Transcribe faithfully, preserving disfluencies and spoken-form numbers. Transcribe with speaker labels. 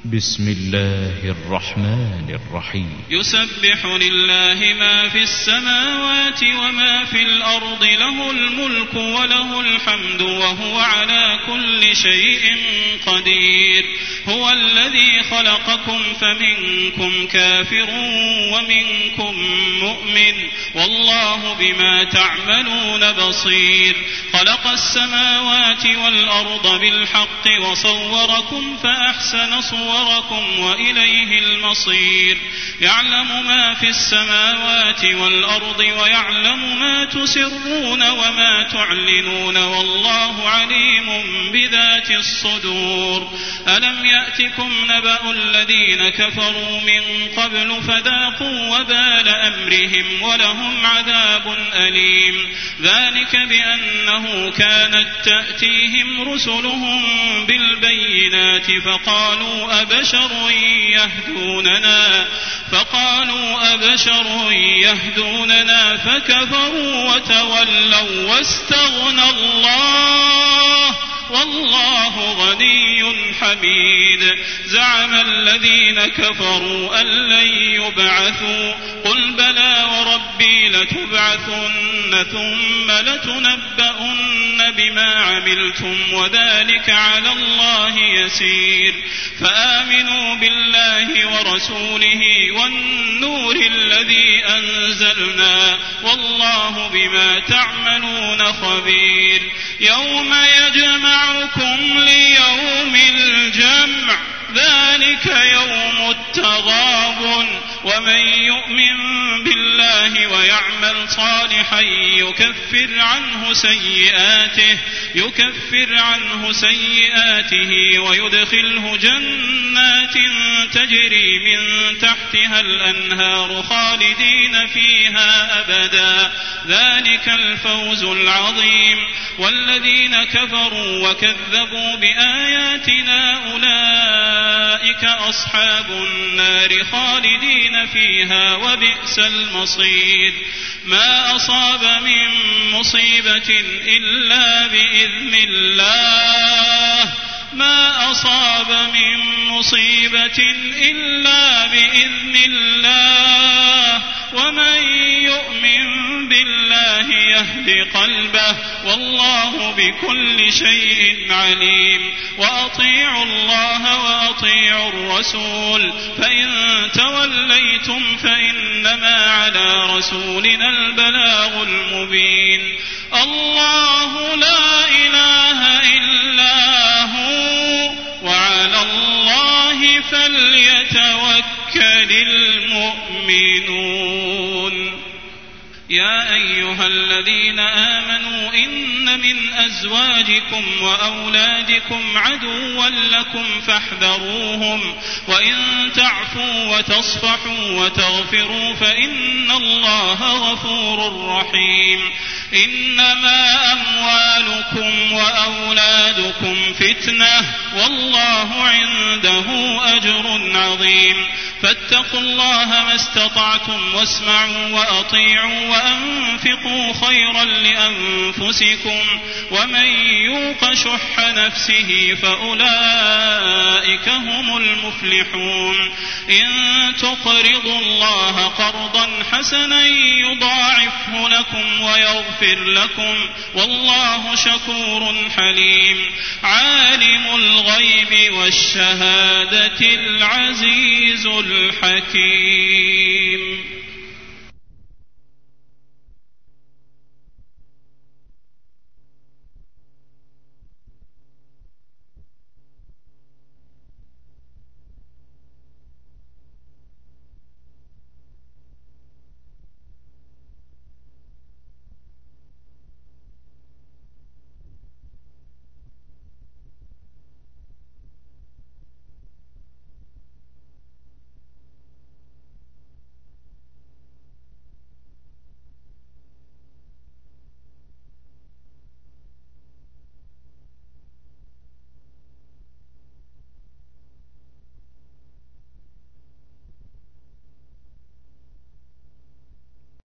Speaker 1: بسم الله الرحمن الرحيم.
Speaker 2: يسبح لله ما في السماوات وما في الأرض، له الملك وله الحمد وهو على كل شيء قدير. هو الذي خلقكم فمنكم كافر ومنكم مؤمن، والله بما تعملون بصير. خلق السماوات والأرض بالحق وصوركم فأحسن صوركم وإليه المصير. يعلم ما في السماوات والأرض ويعلم ما تسرون وما تعلنون، والله عليم بذات الصدور. ألم يأتكم نبأ الذين كفروا من قبل فذاقوا وبال أمرهم ولهم عذاب أليم. ذلك بأنه كانت تأتيهم رسلهم بالبينات فقالوا أبشر يهدوننا فقالوا أبشر يهدوننا فكفروا وتولوا واستغنى الله والله غني حميد. زعم الذين كفروا أن لن يبعثوا، قل بلى وربي لتبعثن ثم لتنبؤن بما عملتم وذلك على الله يسير. فآمنوا بالله ورسوله والنور الذي أنزلنا، والله بما تعملون خبير. يوم يجمعكم ليوم الجمع، ذلك يوم التغابن. ومن يؤمن بالله ويعمل صالحا يكفر عنه سيئاته يكفر عنه سيئاته ويدخله جنات تجري من تحتها الأنهار خالدين فيها أبدا، ذلك الفوز العظيم. والذين كفروا وكذبوا بآياتنا أولئك أصحاب النار خالدين فيها وبئس المصير. ما أصاب من مصيبة إلا بإذن الله ما أصاب من مصيبة إلا بإذن الله ومن يؤمن بالله يهد قلبه، والله بكل شيء عليم. وأطيعوا الله وأطيعوا الرسول، فإن توليتم فإنما على رسولنا البلاغ المبين. الله لا إله إلا هو، وعلى الله فليتوكل المؤمنون. يا أيها الذين آمنوا إن من أزواجكم وأولادكم عدوا لكم فاحذروهم، وإن تعفوا وتصفحوا وتغفروا فإن الله غفور رحيم. إنما أموالكم وأولادكم فتنة، والله عنده أجر عظيم. فاتقوا الله ما استطعتم واسمعوا وأطيعوا وأنفقوا خيرا لأنفسكم، ومن يوق شح نفسه فأولئك هم المفلحون. إن تقرضوا الله قرضا حسنا يضاعفه لكم ويغفر لكم، والله شكور حليم. عالم الغيب والشهادة العزيز الحكيم.